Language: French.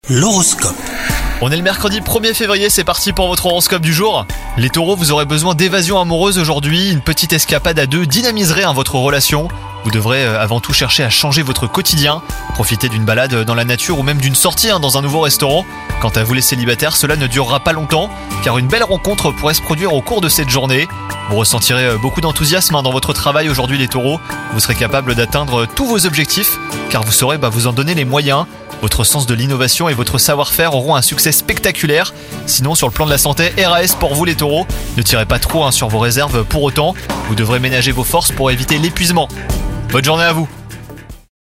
L'horoscope. On est le mercredi 1er février, c'est parti pour votre horoscope du jour. Les taureaux, vous aurez besoin d'évasion amoureuse aujourd'hui. Une petite escapade à deux dynamiserait votre relation. Vous devrez avant tout chercher à changer votre quotidien. Profitez d'une balade dans la nature ou même d'une sortie dans un nouveau restaurant. Quant à vous les célibataires, cela ne durera pas longtemps, car une belle rencontre pourrait se produire au cours de cette journée. Vous ressentirez beaucoup d'enthousiasme dans votre travail aujourd'hui les taureaux. Vous serez capable d'atteindre tous vos objectifs, car vous saurez vous en donner les moyens. Votre sens de l'innovation et votre savoir-faire auront un succès spectaculaire. Sinon, sur le plan de la santé, RAS pour vous les taureaux. Ne tirez pas trop sur vos réserves pour autant. Vous devrez ménager vos forces pour éviter l'épuisement. Bonne journée à vous!